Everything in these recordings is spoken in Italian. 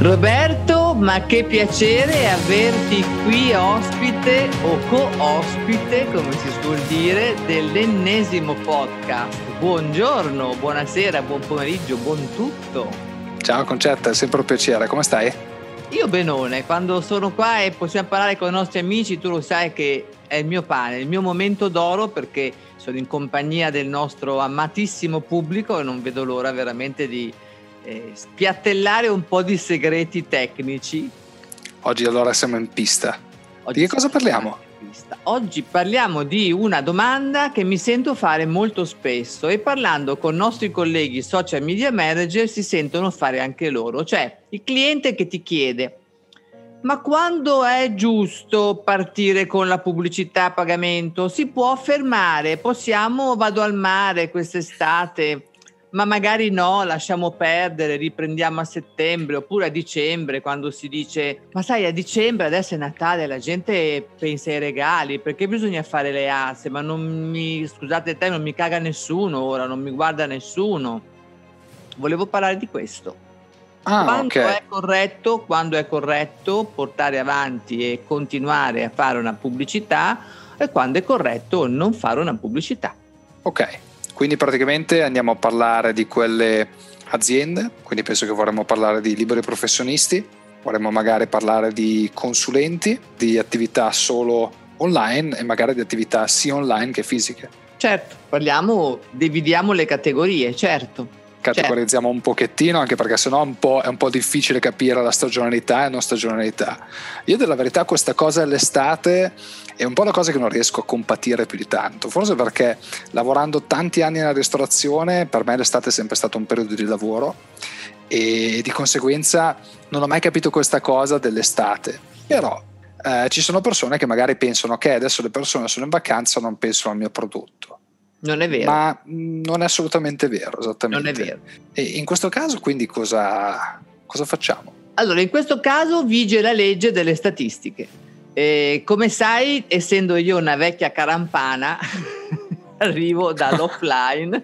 Roberto, ma che piacere averti qui ospite o co-ospite, come si suol dire, dell'ennesimo podcast. Buongiorno, buonasera, buon pomeriggio, buon tutto. Ciao Concetta, è sempre un piacere, come stai? Io benone, quando sono qua e possiamo parlare con i nostri amici, tu lo sai che è il mio pane, il mio momento d'oro, perché sono in compagnia del nostro amatissimo pubblico e non vedo l'ora veramente di spiattellare un po' di segreti tecnici. Oggi allora siamo in pista. Di che cosa parliamo? Oggi parliamo di una domanda che mi sento fare molto spesso e parlando con nostri colleghi social media manager si sentono fare anche loro, cioè il cliente che ti chiede: ma quando è giusto partire con la pubblicità a pagamento? Si può fermare? Vado al mare quest'estate, ma magari no, lasciamo perdere, riprendiamo a settembre, oppure a dicembre, quando si dice: ma sai, a dicembre adesso è Natale, la gente pensa ai regali, perché bisogna fare le aste? Ma scusate te, non mi caga nessuno ora, non mi guarda nessuno. Volevo parlare di questo. Quando è corretto portare avanti e continuare a fare una pubblicità, e quando è corretto non fare una pubblicità. Ok. Quindi praticamente andiamo a parlare di quelle aziende, quindi penso che vorremmo parlare di liberi professionisti, vorremmo magari parlare di consulenti, di attività solo online e magari di attività sia online che fisiche. Certo, dividiamo le categorie, certo. Categorizziamo un pochettino, anche perché sennò è un po' difficile capire la stagionalità e non stagionalità. Io della verità questa cosa dell'estate è un po' la cosa che non riesco a compatire più di tanto, forse perché lavorando tanti anni nella ristorazione per me l'estate è sempre stato un periodo di lavoro e di conseguenza non ho mai capito questa cosa dell'estate. Però ci sono persone che magari pensano che adesso le persone sono in vacanza, non pensano al mio prodotto. Non è vero. Ma non è assolutamente vero, esattamente. Non è vero. E in questo caso quindi cosa facciamo? Allora, in questo caso vige la legge delle statistiche. Come sai, essendo io una vecchia carampana, arrivo dall'offline,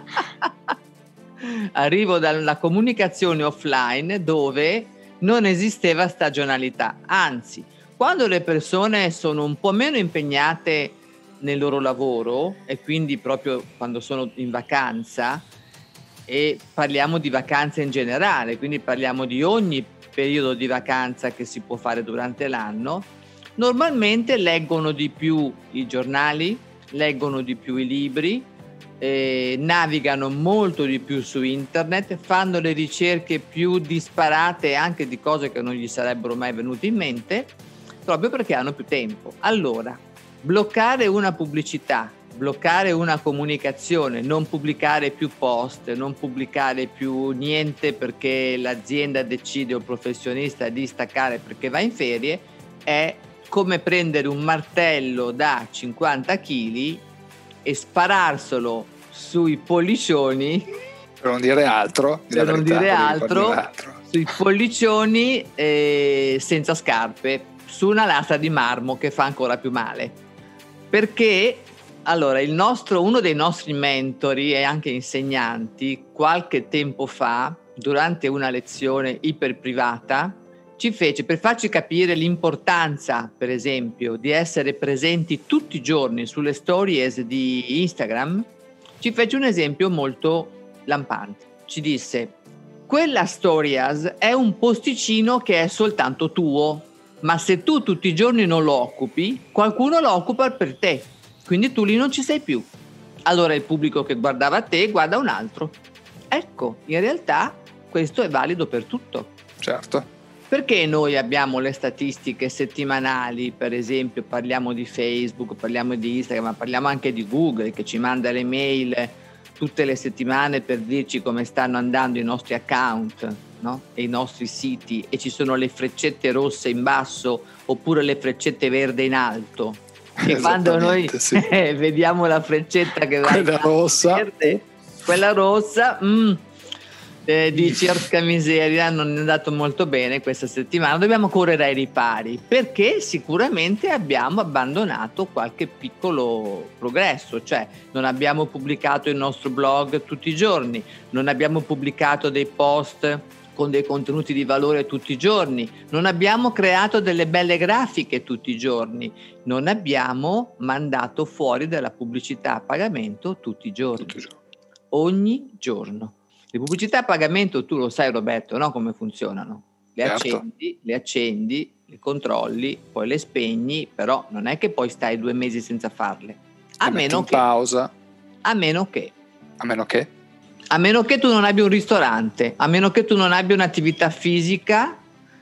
arrivo dalla comunicazione offline dove non esisteva stagionalità. Anzi, quando le persone sono un po' meno impegnate nel loro lavoro e quindi proprio quando sono in vacanza, e parliamo di vacanze in generale, quindi parliamo di ogni periodo di vacanza che si può fare durante l'anno, normalmente leggono di più i giornali, leggono di più i libri, navigano molto di più su internet, fanno le ricerche più disparate anche di cose che non gli sarebbero mai venute in mente, proprio perché hanno più tempo. Allora, bloccare una pubblicità, bloccare una comunicazione, non pubblicare più post, non pubblicare più niente perché l'azienda decide o il professionista di staccare perché va in ferie, è come prendere un martello da 50 kg e spararselo sui pollicioni, per non dire altro, sui pollicioni senza scarpe, su una lastra di marmo che fa ancora più male. Perché allora uno dei nostri mentori e anche insegnanti qualche tempo fa, durante una lezione iperprivata, ci fece, per farci capire l'importanza, per esempio, di essere presenti tutti i giorni sulle stories di Instagram, ci fece un esempio molto lampante. Ci disse: quella stories è un posticino che è soltanto tuo, ma se tu tutti i giorni non lo occupi, qualcuno lo occupa per te, quindi tu lì non ci sei più. Allora il pubblico che guardava te guarda un altro. Ecco, in realtà questo è valido per tutto. Certo. Perché noi abbiamo le statistiche settimanali, per esempio parliamo di Facebook, parliamo di Instagram, ma parliamo anche di Google che ci manda le mail tutte le settimane per dirci come stanno andando i nostri account, no? E i nostri siti, e ci sono le freccette rosse in basso oppure le freccette verde in alto, che quando noi vediamo la freccetta che va quella rossa verde, quella rossa dici orca miseria, non è andato molto bene questa settimana, dobbiamo correre ai ripari, perché sicuramente abbiamo abbandonato qualche piccolo progresso, cioè non abbiamo pubblicato il nostro blog tutti i giorni, non abbiamo pubblicato dei post con dei contenuti di valore tutti i giorni, non abbiamo creato delle belle grafiche tutti i giorni, non abbiamo mandato fuori della pubblicità a pagamento tutti i giorni. Ogni giorno. Le pubblicità a pagamento, tu lo sai Roberto, no? Come funzionano? Certo. Le accendi, le controlli, poi le spegni, però non è che poi stai 2 mesi senza farle. A meno che, pausa. a meno che tu non abbia un ristorante, a meno che tu non abbia un'attività fisica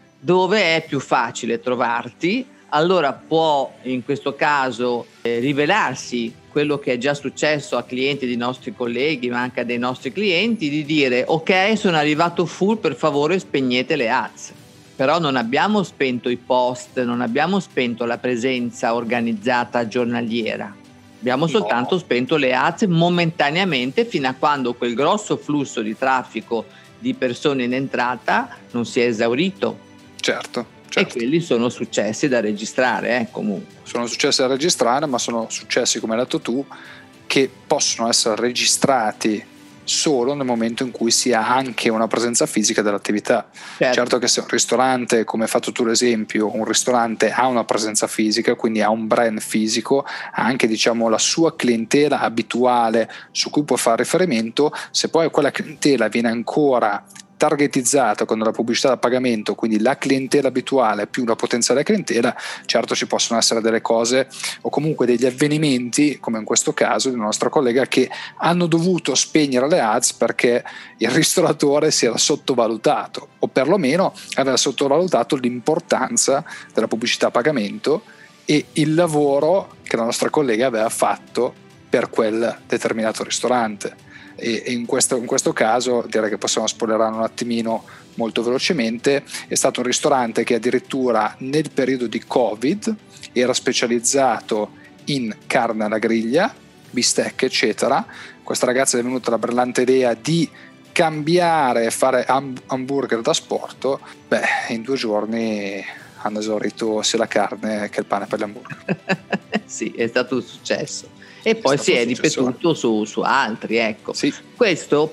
dove è più facile trovarti, allora può in questo caso rivelarsi quello che è già successo a clienti di nostri colleghi, ma anche a dei nostri clienti, di dire ok, sono arrivato full, per favore spegnete le ads. Però non abbiamo spento i post, non abbiamo spento la presenza organizzata giornaliera. Abbiamo soltanto spento le ads momentaneamente fino a quando quel grosso flusso di traffico di persone in entrata non si è esaurito. Certo. E quelli sono successi da registrare, comunque. Sono successi da registrare, ma sono successi, come hai detto tu, che possono essere registrati solo nel momento in cui si ha anche una presenza fisica dell'attività. Certo che se un ristorante, come hai fatto tu l'esempio, un ristorante ha una presenza fisica, quindi ha un brand fisico, ha anche diciamo la sua clientela abituale su cui può fare riferimento, se poi quella clientela viene ancora targetizzata con la pubblicità a pagamento, quindi la clientela abituale più la potenziale clientela, certo ci possono essere delle cose o comunque degli avvenimenti, come in questo caso di una nostra collega, che hanno dovuto spegnere le ads perché il ristoratore si era sottovalutato o perlomeno aveva sottovalutato l'importanza della pubblicità a pagamento e il lavoro che la nostra collega aveva fatto per quel determinato ristorante. E in questo caso direi che possiamo spoilerare un attimino molto velocemente. È stato un ristorante che addirittura nel periodo di Covid era specializzato in carne alla griglia, bistecche eccetera. Questa ragazza è venuta la brillante idea di cambiare e fare hamburger da sport. In 2 giorni hanno esaurito sia la carne che il pane per gli hamburger. Sì, è stato un successo. E poi si è ripetuto su altri, ecco. Sì. Questo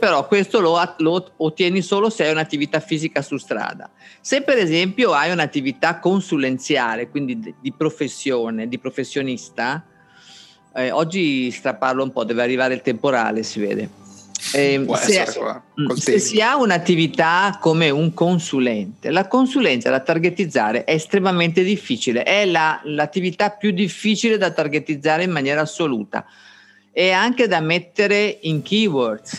lo ottieni solo se hai un'attività fisica su strada. Se per esempio hai un'attività consulenziale, quindi di professione, di professionista, oggi straparlo un po', deve arrivare il temporale, si vede. Se si ha un'attività come un consulente, la consulenza da targetizzare è estremamente difficile, è l'attività più difficile da targetizzare in maniera assoluta e anche da mettere in keywords,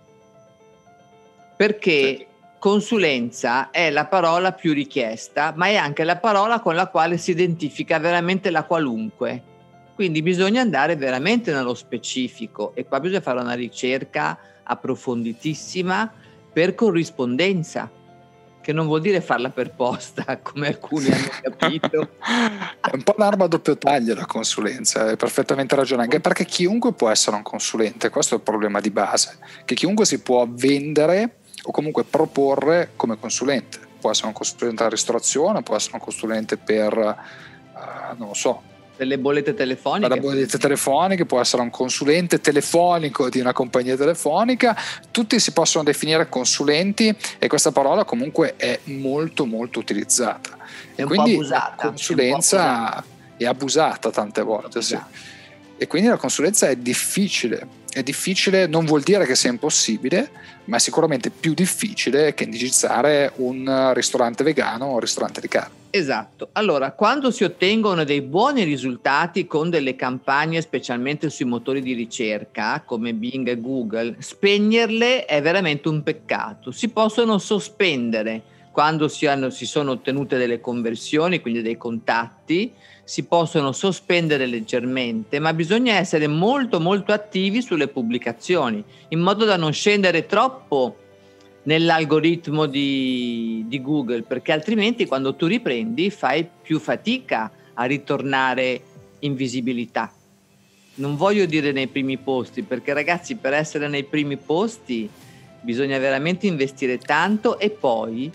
perché consulenza è la parola più richiesta, ma è anche la parola con la quale si identifica veramente la qualunque. Quindi bisogna andare veramente nello specifico e qua bisogna fare una ricerca approfonditissima per corrispondenza, che non vuol dire farla per posta come alcuni hanno capito. È un po' un'arma a doppio taglio la consulenza, hai perfettamente ragione, anche perché chiunque può essere un consulente, questo è il problema di base, che chiunque si può vendere o comunque proporre come consulente. Può essere un consulente alla ristorazione, può essere un consulente per non lo so, per le bollette telefoniche. Per le bollette telefoniche, può essere un consulente telefonico di una compagnia telefonica, tutti si possono definire consulenti e questa parola comunque è molto molto utilizzata. È un quindi po' abusata. La consulenza è abusata tante volte, sì. E quindi la consulenza è difficile. È difficile, non vuol dire che sia impossibile, ma è sicuramente più difficile che indicizzare un ristorante vegano o un ristorante di carne. Esatto. Allora, quando si ottengono dei buoni risultati con delle campagne, specialmente sui motori di ricerca come Bing e Google, spegnerle è veramente un peccato. Si possono sospendere quando si sono ottenute delle conversioni, quindi dei contatti, si possono sospendere leggermente, ma bisogna essere molto molto attivi sulle pubblicazioni, in modo da non scendere troppo nell'algoritmo di Google, perché altrimenti quando tu riprendi fai più fatica a ritornare in visibilità. Non voglio dire nei primi posti, perché ragazzi, per essere nei primi posti bisogna veramente investire tanto. E poi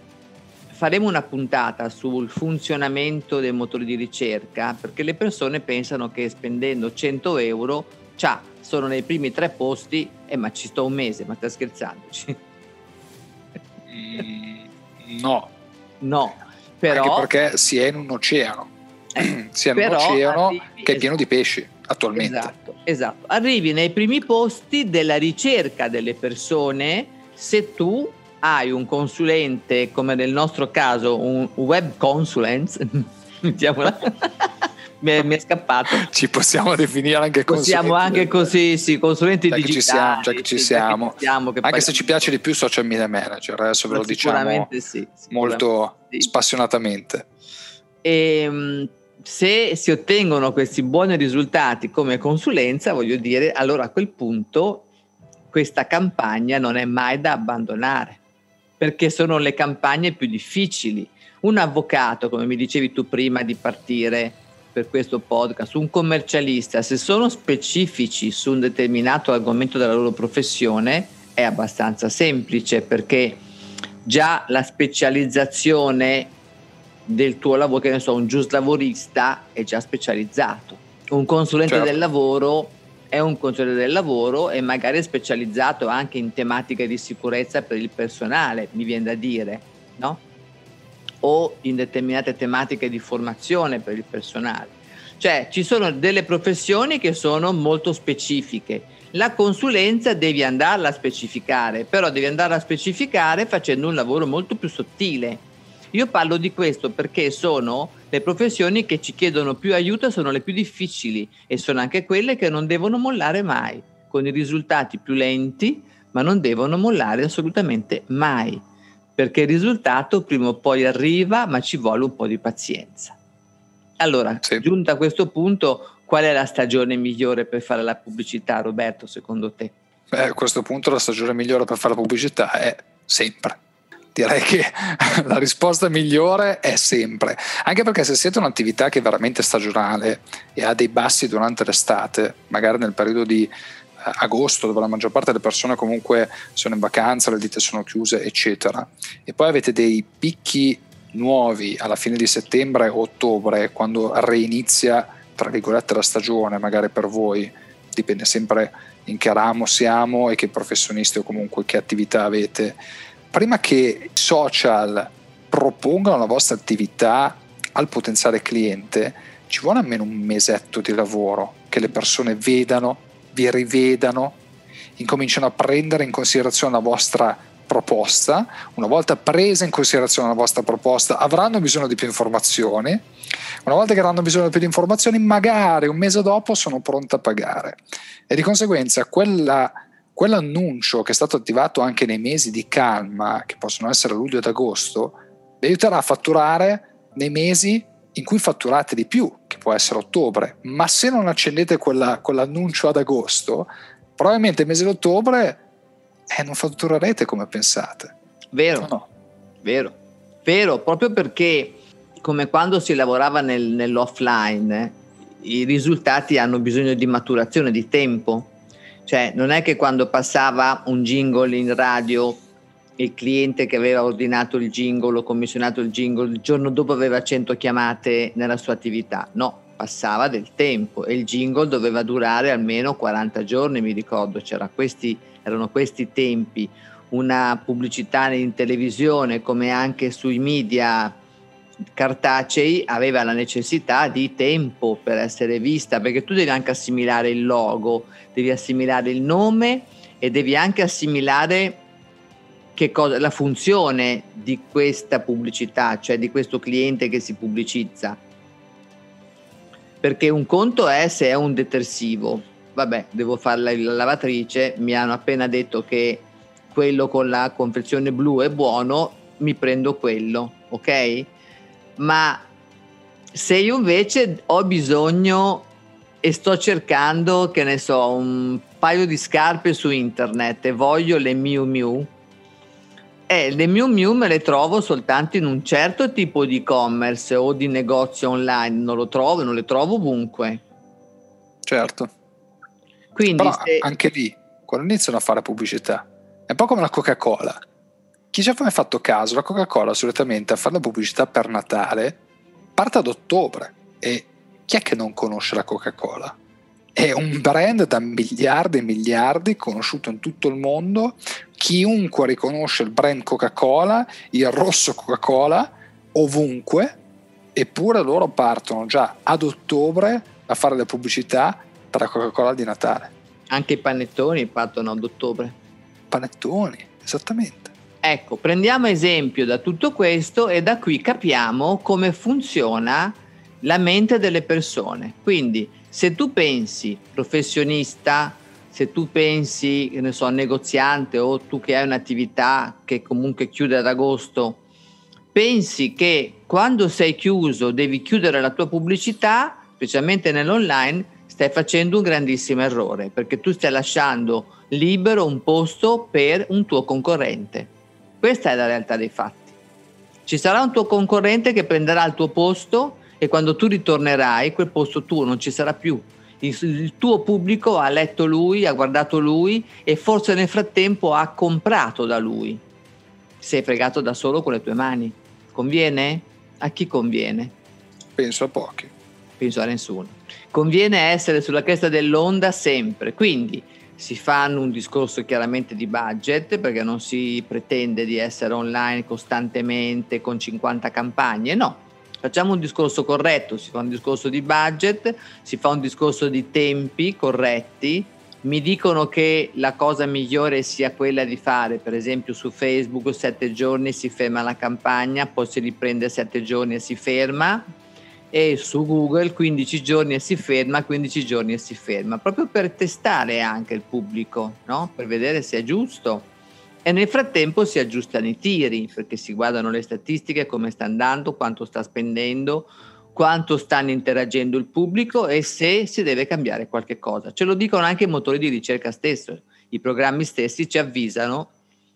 faremo una puntata sul funzionamento dei motori di ricerca, perché le persone pensano che spendendo 100 euro sono nei primi 3 posti, ma ci sto un mese, ma stai scherzandoci? No, però, anche perché si è in un oceano, si è in un oceano che è pieno di pesci attualmente. Esatto. Arrivi nei primi posti della ricerca delle persone se tu hai un consulente, come nel nostro caso un web consulent, mettiamola. mi è scappato. Ci possiamo definire anche possiamo anche così, sì, consulenti digitali. Già che ci siamo. Anche se ci piace di più social media manager, adesso ve lo diciamo molto spassionatamente. E se si ottengono questi buoni risultati come consulenza, voglio dire, allora a quel punto questa campagna non è mai da abbandonare, perché sono le campagne più difficili. Un avvocato, come mi dicevi tu prima di partire per questo podcast, un commercialista, se sono specifici su un determinato argomento della loro professione, è abbastanza semplice, perché già la specializzazione del tuo lavoro, che ne so, un giuslavorista è già specializzato, un consulente del lavoro è un consulente del lavoro e magari è specializzato anche in tematiche di sicurezza per il personale, mi viene da dire, no? O in determinate tematiche di formazione per il personale. Cioè ci sono delle professioni che sono molto specifiche. La consulenza devi andarla a specificare, però devi andarla a specificare facendo un lavoro molto più sottile. Io parlo di questo perché sono le professioni che ci chiedono più aiuto, sono le più difficili e sono anche quelle che non devono mollare mai, con i risultati più lenti, ma non devono mollare assolutamente mai, perché il risultato prima o poi arriva, ma ci vuole un po' di pazienza. Allora, giunta a questo punto, qual è la stagione migliore per fare la pubblicità, Roberto, secondo te? A questo punto la stagione migliore per fare la pubblicità è sempre. Direi che la risposta migliore è sempre, anche perché se siete un'attività che è veramente stagionale e ha dei bassi durante l'estate, magari nel periodo di agosto, dove la maggior parte delle persone comunque sono in vacanza, le ditte sono chiuse, eccetera, e poi avete dei picchi nuovi alla fine di settembre o ottobre, quando reinizia tra virgolette la stagione, magari per voi, dipende sempre in che ramo siamo e che professionisti o comunque che attività avete. Prima che i social propongano la vostra attività al potenziale cliente, ci vuole almeno un mesetto di lavoro, che le persone vedano, vi rivedano, incominciano a prendere in considerazione la vostra proposta. Una volta presa in considerazione la vostra proposta, avranno bisogno di più informazioni. Una volta che avranno bisogno di più informazioni, magari un mese dopo sono pronte a pagare. E di conseguenza quell'annuncio che è stato attivato anche nei mesi di calma, che possono essere luglio ed agosto, vi aiuterà a fatturare nei mesi in cui fatturate di più, che può essere ottobre. Ma se non accendete quell'annuncio ad agosto, probabilmente il mese di ottobre non fatturerete come pensate. Vero, no? Vero, proprio perché come quando si lavorava nell'offline, i risultati hanno bisogno di maturazione, di tempo. Cioè non è che quando passava un jingle in radio, il cliente che aveva ordinato il jingle o commissionato il jingle il giorno dopo aveva 100 chiamate nella sua attività. No, passava del tempo e il jingle doveva durare almeno 40 giorni, mi ricordo, erano questi tempi. Una pubblicità in televisione come anche sui media cartacei aveva la necessità di tempo per essere vista, perché tu devi anche assimilare il logo, devi assimilare il nome e devi anche assimilare la funzione di questa pubblicità, cioè di questo cliente che si pubblicizza. Perché un conto è se è un detersivo, vabbè, devo fare la lavatrice, mi hanno appena detto che quello con la confezione blu è buono, mi prendo quello, ok? Ma se io invece ho bisogno e sto cercando, che ne so, un paio di scarpe su internet e voglio le Miu Miu, le Miu Miu me le trovo soltanto in un certo tipo di e-commerce o di negozio online, non le trovo ovunque. Certo. Quindi però anche lì, quando iniziano a fare pubblicità, è un po' come la Coca-Cola. Chi ci ha mai fatto caso, la Coca-Cola solitamente a fare la pubblicità per Natale parte ad ottobre, e chi è che non conosce la Coca-Cola? È un brand da miliardi e miliardi, conosciuto in tutto il mondo, chiunque riconosce il brand Coca-Cola, il rosso Coca-Cola ovunque, eppure loro partono già ad ottobre a fare le pubblicità per la Coca-Cola di Natale. Anche i panettoni partono ad ottobre. Panettoni, esattamente. Ecco, prendiamo esempio da tutto questo e da qui capiamo come funziona la mente delle persone. Quindi se tu pensi professionista, se tu pensi, che ne so, negoziante, o tu che hai un'attività che comunque chiude ad agosto, pensi che quando sei chiuso devi chiudere la tua pubblicità, specialmente nell'online, stai facendo un grandissimo errore, perché tu stai lasciando libero un posto per un tuo concorrente. Questa è la realtà dei fatti. Ci sarà un tuo concorrente che prenderà il tuo posto e quando tu ritornerai quel posto tuo non ci sarà più. Il tuo pubblico ha letto lui, ha guardato lui e forse nel frattempo ha comprato da lui. Sei fregato da solo con le tue mani. Conviene? A chi conviene? Penso a pochi. Penso a nessuno. Conviene essere sulla cresta dell'onda sempre, quindi si fanno un discorso chiaramente di budget, perché non si pretende di essere online costantemente con 50 campagne, no. Facciamo un discorso corretto, si fa un discorso di budget, si fa un discorso di tempi corretti. Mi dicono che la cosa migliore sia quella di fare, per esempio su Facebook 7 giorni si ferma la campagna, poi si riprende 7 giorni e si ferma, e su Google 15 giorni e si ferma, 15 giorni e si ferma, proprio per testare anche il pubblico, no? Per vedere se è giusto. E nel frattempo si aggiustano i tiri, perché si guardano le statistiche, come sta andando, quanto sta spendendo, quanto stanno interagendo il pubblico e se si deve cambiare qualche cosa. Ce lo dicono anche i motori di ricerca stesso, i programmi stessi ci avvisano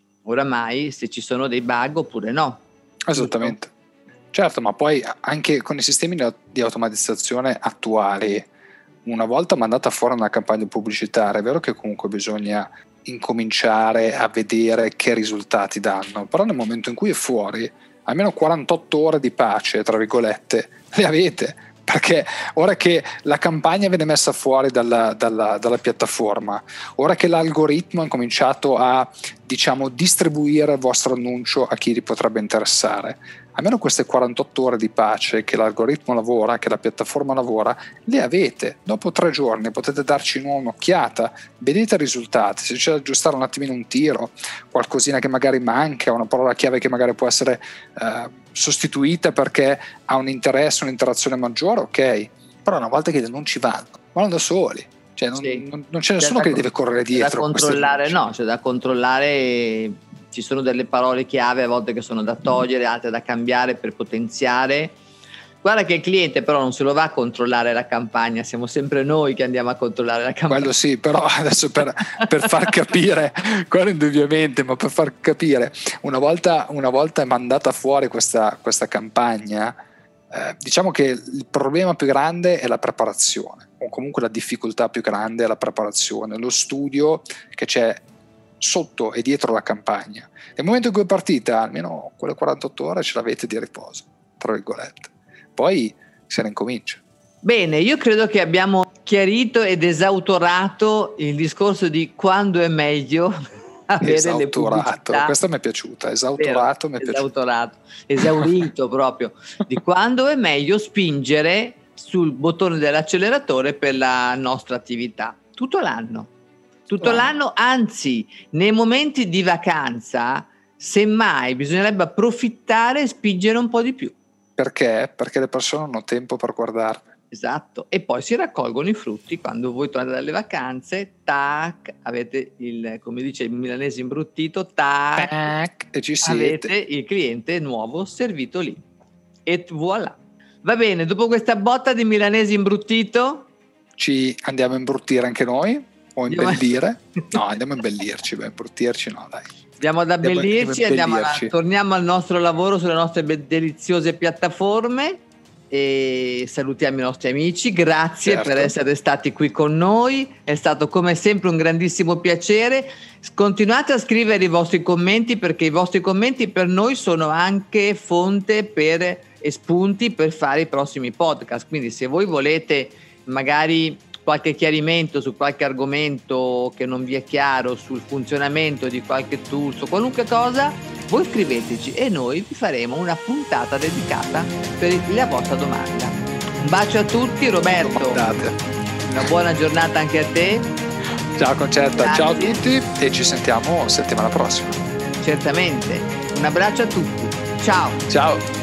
oramai se ci sono dei bug oppure no. Esattamente. Certo, ma poi anche con i sistemi di automatizzazione attuali, una volta mandata fuori una campagna pubblicitaria, è vero che comunque bisogna incominciare a vedere che risultati danno, però nel momento in cui è fuori, almeno 48 ore di pace, tra virgolette, le avete, perché ora che la campagna viene messa fuori dalla piattaforma, ora che l'algoritmo ha cominciato a, diciamo, distribuire il vostro annuncio a chi gli potrebbe interessare, almeno queste 48 ore di pace che l'algoritmo lavora, che la piattaforma lavora, le avete. Dopo 3 giorni potete darci un'occhiata, vedete i risultati, se c'è da aggiustare un attimino un tiro, qualcosina che magari manca, una parola chiave che magari può essere sostituita perché ha un interesse, un'interazione maggiore, ok, però una volta che gli annunci vanno da soli, cioè non c'è nessuno che li deve correre dietro. Da controllare, no, c'è da controllare. Ci sono delle parole chiave a volte che sono da togliere, altre da cambiare per potenziare. Guarda che il cliente però non se lo va a controllare la campagna, siamo sempre noi che andiamo a controllare la campagna. Quello sì, però adesso per far capire, quello indubbiamente, ma per far capire, una volta è mandata fuori questa campagna, diciamo che il problema più grande è la preparazione, o comunque la difficoltà più grande è la preparazione, lo studio che c'è sotto e dietro la campagna. Nel momento in cui è partita, almeno quelle 48 ore ce l'avete di riposo, tra virgolette. Poi se ne incomincia. Bene, io credo che abbiamo chiarito ed esautorato il discorso di quando è meglio avere le pubblicità. Questa mi è piaciuta, esautorato. Esaurito proprio, di quando è meglio spingere sul bottone dell'acceleratore per la nostra attività. Tutto l'anno, anzi nei momenti di vacanza semmai bisognerebbe approfittare e spingere un po' di più. Perché? Perché le persone hanno tempo per guardarle. Esatto, e poi si raccolgono i frutti quando voi tornate dalle vacanze, tac, avete il, come dice il milanese imbruttito, tac, e ci siete. Avete il cliente nuovo servito lì. Et voilà. Va bene, dopo questa botta di milanese imbruttito ci andiamo a imbruttire anche noi? O imbellire? No, andiamo a imbellirci, imbruttirci no, dai. Andiamo ad abbellirci, torniamo al nostro lavoro sulle nostre deliziose piattaforme e salutiamo i nostri amici. Grazie per essere stati qui con noi, è stato come sempre un grandissimo piacere. Continuate a scrivere i vostri commenti, perché i vostri commenti per noi sono anche fonte e spunti per fare i prossimi podcast, quindi se voi volete magari qualche chiarimento su qualche argomento che non vi è chiaro, sul funzionamento di qualche tool, su qualunque cosa, voi scriveteci e noi vi faremo una puntata dedicata per la vostra domanda. Un bacio a tutti, Roberto. Una buona giornata anche a te. Ciao Concetta, Grazie. ciao a tutti e ci sentiamo settimana prossima. Certamente. Un abbraccio a tutti. Ciao. Ciao.